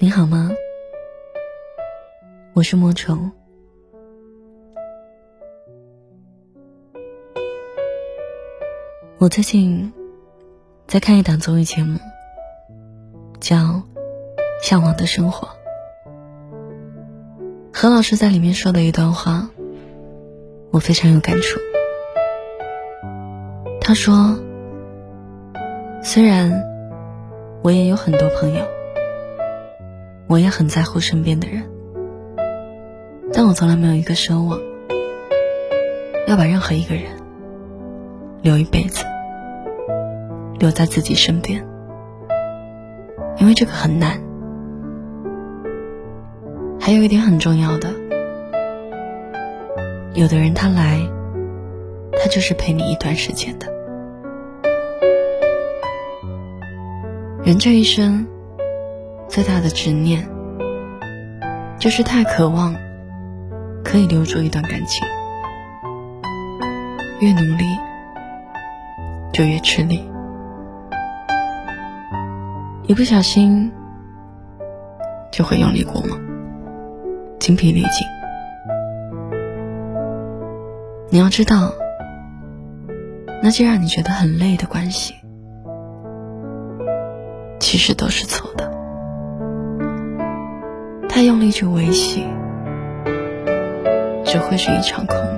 你好吗？我是莫愁。我最近在看一档综艺节目，叫《向往的生活》。何老师在里面说的一段话，我非常有感触。他说，虽然我也有很多朋友，我也很在乎身边的人，但我从来没有一个奢望要把任何一个人留一辈子，留在自己身边，因为这个很难。还有一点很重要的，有的人他来，他就是陪你一段时间的。人这一生最大的执念，就是太渴望可以留住一段感情，越努力就越吃力，一不小心就会用力过猛，精疲力尽。你要知道，那些让你觉得很累的关系，其实都是错的。太用力去维系，只会是一场空。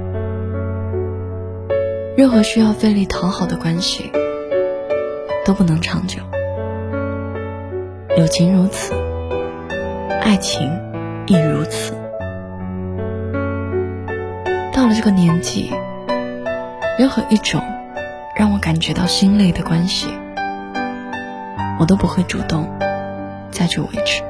任何需要费力讨好的关系都不能长久。友情如此，爱情亦如此。到了这个年纪，任何一种让我感觉到心累的关系，我都不会主动再去维持。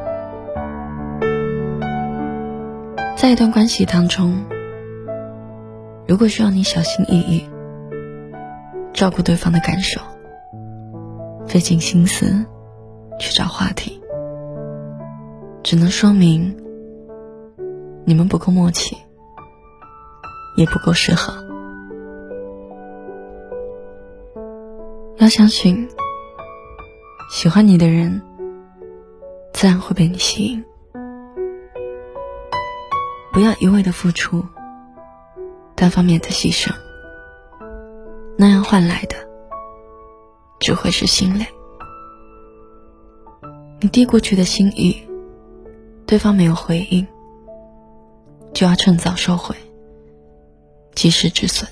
在一段关系当中，如果需要你小心翼翼照顾对方的感受，费尽心思去找话题，只能说明你们不够默契，也不够适合。要相信，喜欢你的人自然会被你吸引。不要一味的付出，单方面的牺牲，那样换来的只会是心累。你递过去的心意，对方没有回应，就要趁早收回，及时止损。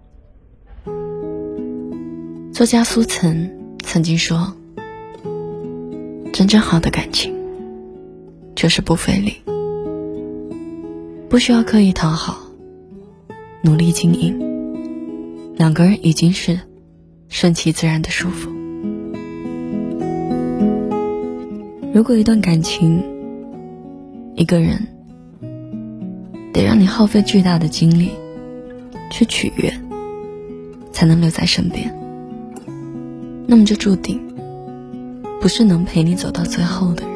作家苏岑曾经说，真正好的感情就是不费力，不需要刻意讨好，努力经营，两个人已经是顺其自然的舒服。如果一段感情，一个人得让你耗费巨大的精力去取悦，才能留在身边，那么这注定不是能陪你走到最后的人。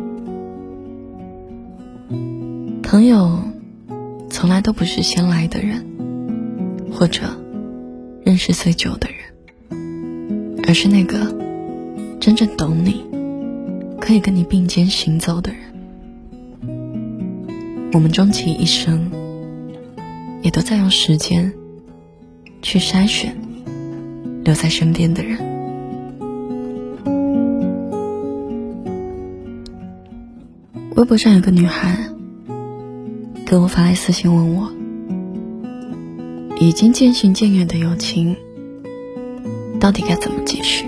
朋友从来都不是先来的人，或者认识最久的人，而是那个真正懂你，可以跟你并肩行走的人。我们终其一生，也都在用时间去筛选留在身边的人。微博上有个女孩给我发来私信问我，已经渐行渐远的友情到底该怎么继续。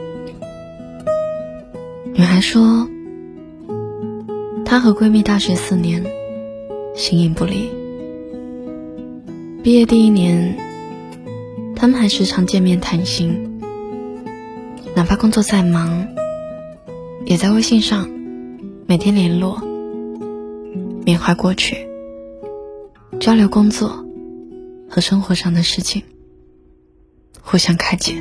女孩说，她和闺蜜大学4年形影不离，毕业第1年她们还时常见面谈心，哪怕工作再忙，也在微信上每天联络，缅怀过去，交流工作和生活上的事情，互相开解。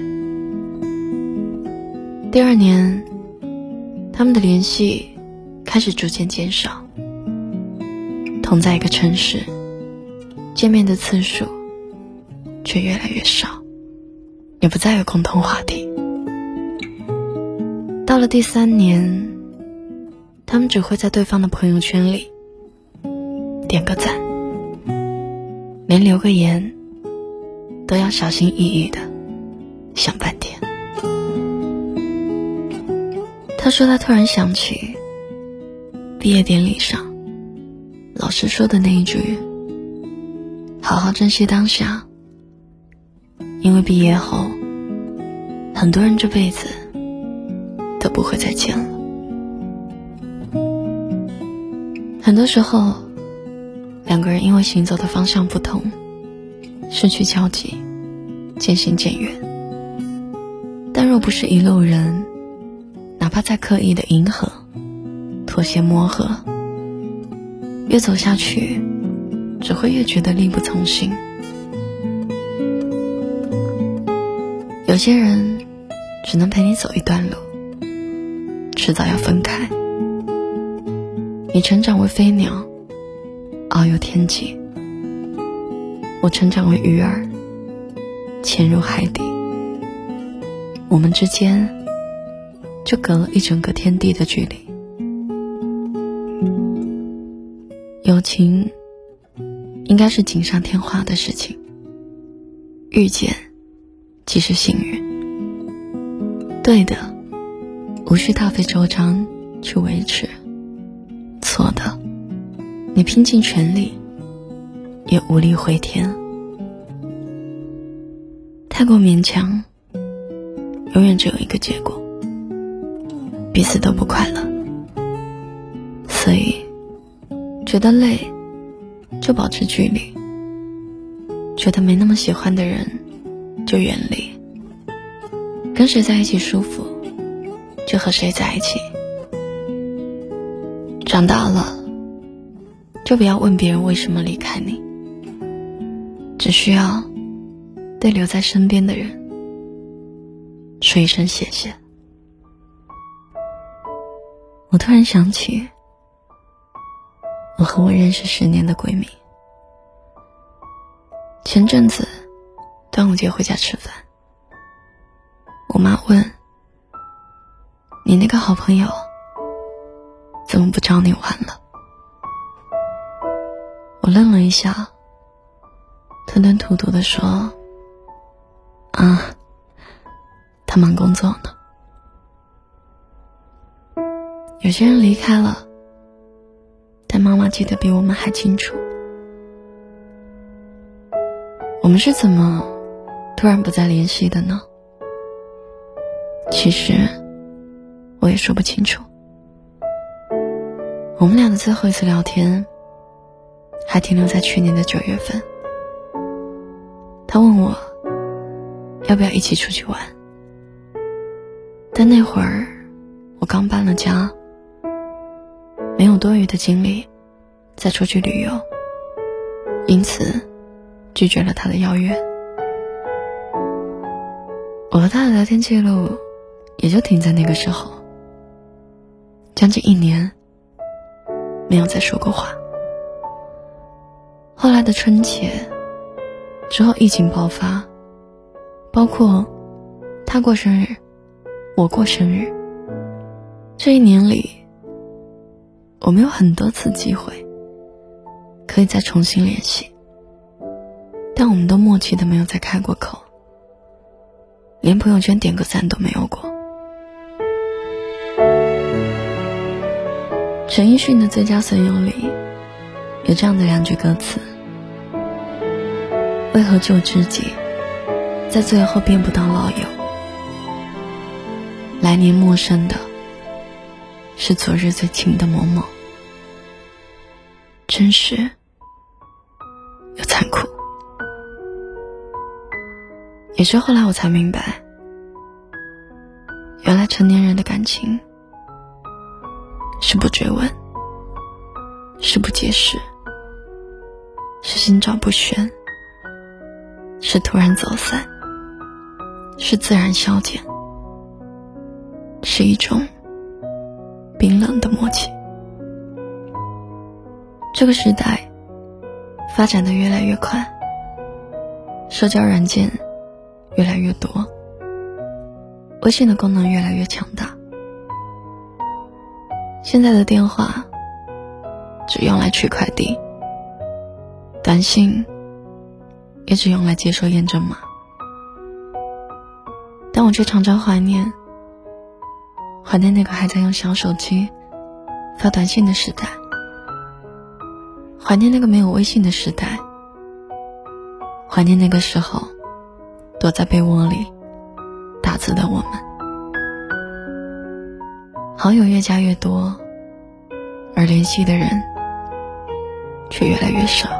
第2年，他们的联系开始逐渐减少，同在一个城市，见面的次数却越来越少，也不再有共同话题。到了第3年， 他们只会在对方的朋友圈里点个赞，连留个言都要小心翼翼的想半天。他说他突然想起毕业典礼上老师说的那一句，好好珍惜当下，因为毕业后很多人这辈子都不会再见了。很多时候两个人因为行走的方向不同，失去交集，渐行渐远。但若不是一路人，哪怕再刻意的迎合、妥协磨合，越走下去只会越觉得力不从心。有些人只能陪你走一段路，迟早要分开。你成长为飞鸟，遨游天际，我成长为鱼儿，潜入海底。我们之间就隔了一整个天地的距离。友情应该是锦上添花的事情，遇见即是幸运。对的，无需大费周章去维持；错的，你拼尽全力也无力回天。太过勉强，永远只有一个结果，彼此都不快乐。所以觉得累就保持距离，觉得没那么喜欢的人就远离，跟谁在一起舒服就和谁在一起。长大了就不要问别人为什么离开你，只需要对留在身边的人说一声谢谢。我突然想起我和我认识10年的闺蜜，前阵子端午节回家吃饭，我妈问你那个好朋友怎么不找你玩了。我愣了一下，吞吞吐吐地说他忙工作呢。有些人离开了，但妈妈记得比我们还清楚。我们是怎么突然不再联系的呢？其实我也说不清楚。我们俩的最后一次聊天还停留在去年的9月份，他问我要不要一起出去玩，但那会儿我刚搬了家，没有多余的精力再出去旅游，因此拒绝了他的邀约。我和他的聊天记录也就停在那个时候，将近1年没有再说过话。后来的春节之后，疫情爆发，包括他过生日，我过生日，这1年里我们有很多次机会可以再重新联系，但我们都默契的没有再开过口，连朋友圈点个赞都没有过。陈奕迅的《最佳损友》里有这样的2句歌词：为何旧知己在最后变不到老友，来年陌生的是昨日最亲的某某。真实又残酷。也是后来我才明白，原来成年人的感情是不追问，是不解释，是心照不宣，是突然走散，是自然消减，是一种冰冷的默契。这个时代发展得越来越快，社交软件越来越多，微信的功能越来越强大。 现在的电话只用来取快递，短信也只用来接收验证码，但我却常常怀念那个还在用小手机发短信的时代，怀念那个没有微信的时代，怀念那个时候躲在被窝里打字的我们。好友越加越多，而联系的人却越来越少。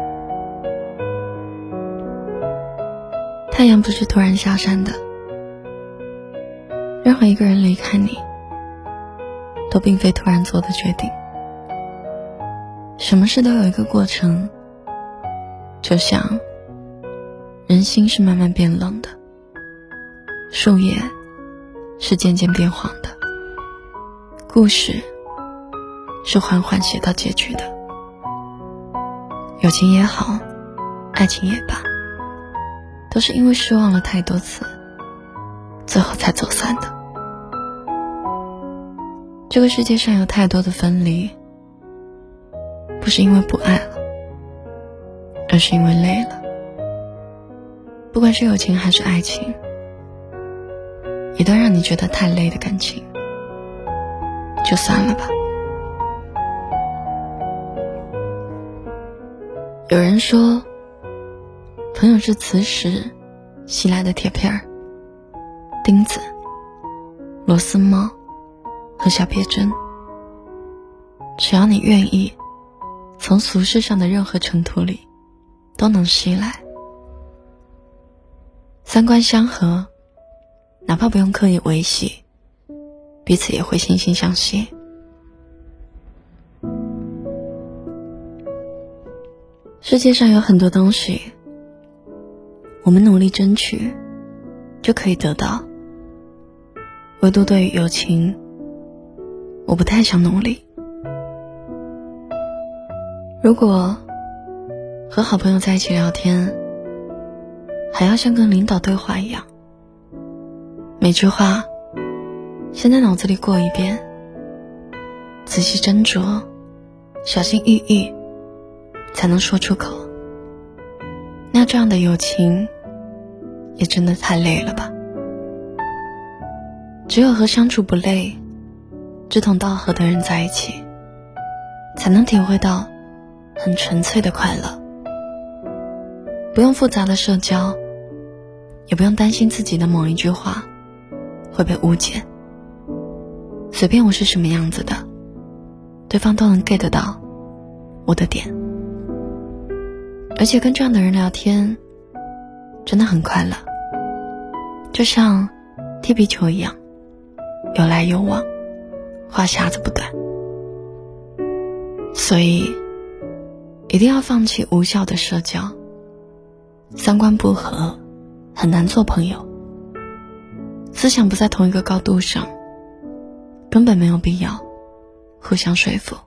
太阳不是突然下山的，任何一个人离开你都并非突然做的决定，什么事都有一个过程，就像人心是慢慢变冷的，树叶是渐渐变黄的，故事是缓缓写到结局的。友情也好，爱情也罢，都是因为失望了太多次，最后才走散的。这个世界上有太多的分离，不是因为不爱了，而是因为累了。不管是友情还是爱情，一段让你觉得太累的感情，就算了吧。有人说，朋友是磁石吸来的铁片、钉子、螺丝帽和小别针，只要你愿意，从俗世上的任何尘土里都能吸来。三观相合，哪怕不用刻意维系，彼此也会惺惺相惜。世界上有很多东西，我们努力争取就可以得到，唯独对于友情，我不太想努力。如果和好朋友在一起聊天，还要像跟领导对话一样，每句话先在脑子里过一遍，仔细斟酌，小心翼翼，才能说出口。那这样的友情也真的太累了吧。只有和相处不累、志同道合的人在一起，才能体会到很纯粹的快乐。不用复杂的社交，也不用担心自己的某一句话会被误解，随便我是什么样子的，对方都能 get 到我的点。而且跟这样的人聊天真的很快乐，就像踢皮球一样，有来有往，话匣子不断。所以一定要放弃无效的社交，三观不合很难做朋友，思想不在同一个高度上，根本没有必要互相说服。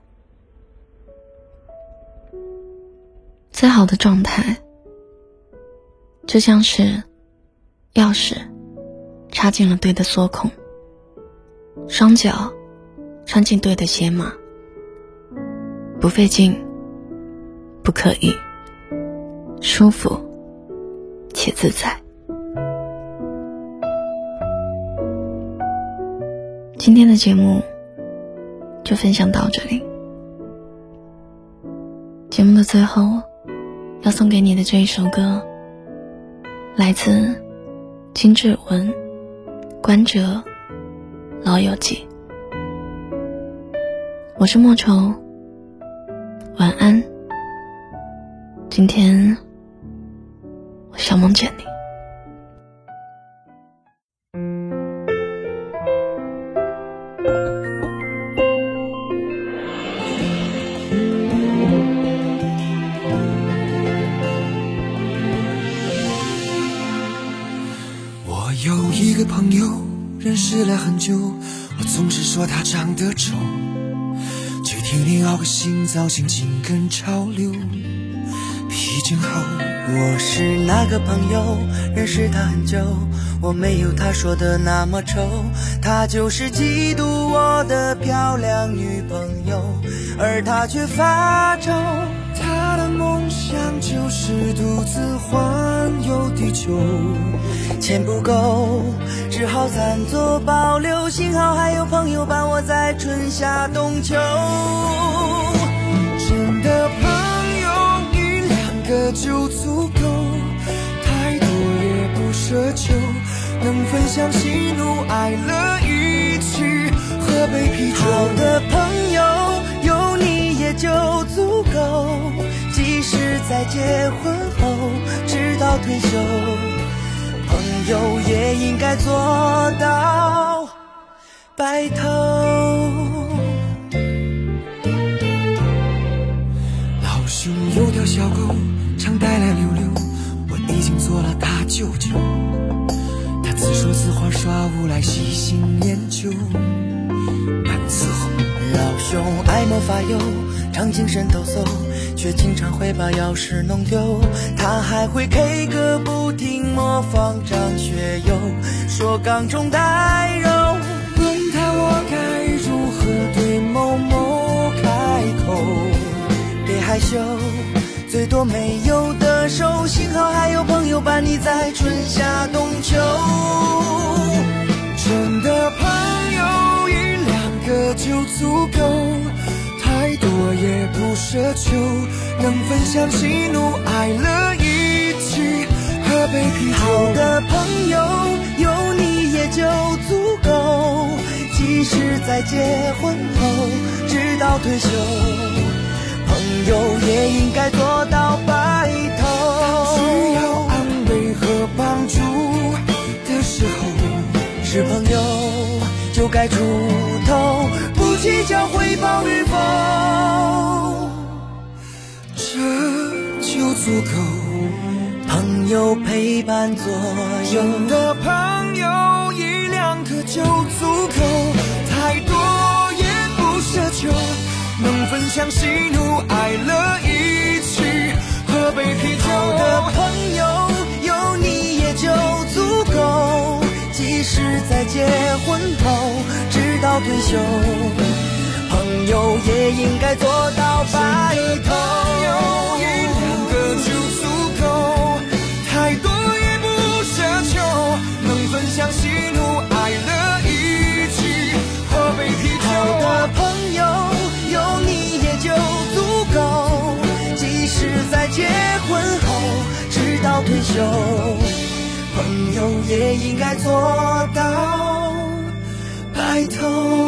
最好的状态就像是钥匙插进了对的锁孔，双脚穿进对的鞋码，不费劲，不刻意，舒服且自在。今天的节目就分享到这里。节目的最后要送给你的这一首歌，来自金志文、关喆《老友记》。我是莫愁，晚安。今天我想梦见你。 我有一个朋友，认识了很久，我总是说他长得丑，却天天熬个新造型紧跟潮流，披今后。 我是那个朋友，认识他很久，我没有他说的那么丑，他就是嫉妒我的漂亮女朋友，而他却发愁， 他的梦想就是独自环游地球， 钱不够，只好暂作保留，幸好还有朋友伴我在春夏冬秋。 真的朋友一两个就足够，太多也不奢求，能分享喜怒哀乐，一起喝杯啤酒。 好的朋友有你也就足够，即使在结婚后直到退休，朋友也应该做到白头。 老兄有条小狗，常带来溜溜，我已经做了他舅舅。他自说自话耍无赖，细心研究，难伺候。 老兄爱魔法油，常精神抖擞，却经常会把钥匙弄丢。他还会 K 歌不停，模仿张学友，说港中带肉。 问他我该如何对某某开口， 别害羞，最多没有的手，幸好还有朋友伴你在春夏冬秋。 真的朋友一两个就足够，太多也不奢求，能分享喜怒哀乐，一起喝杯啤酒。 好的朋友有你也就足够，即使在结婚后直到退休，朋友也应该做到白头。 需要安慰和帮助的时候， 是朋友就该出头，不计较回报与否， 这就足够。 朋友陪伴左右， 真的朋友一两个就足够，太多也不奢求，能分享喜怒哀乐，一起喝杯啤酒。 好的朋友有你也就足够，即使在结婚后直到退休，朋友也应该做到白头。 一两个就足够，太多也不奢求，能分享喜怒哀乐，一起喝杯啤酒。 好的朋友有你也就足够，即使在结婚后直到退休，朋友也应该做到白头。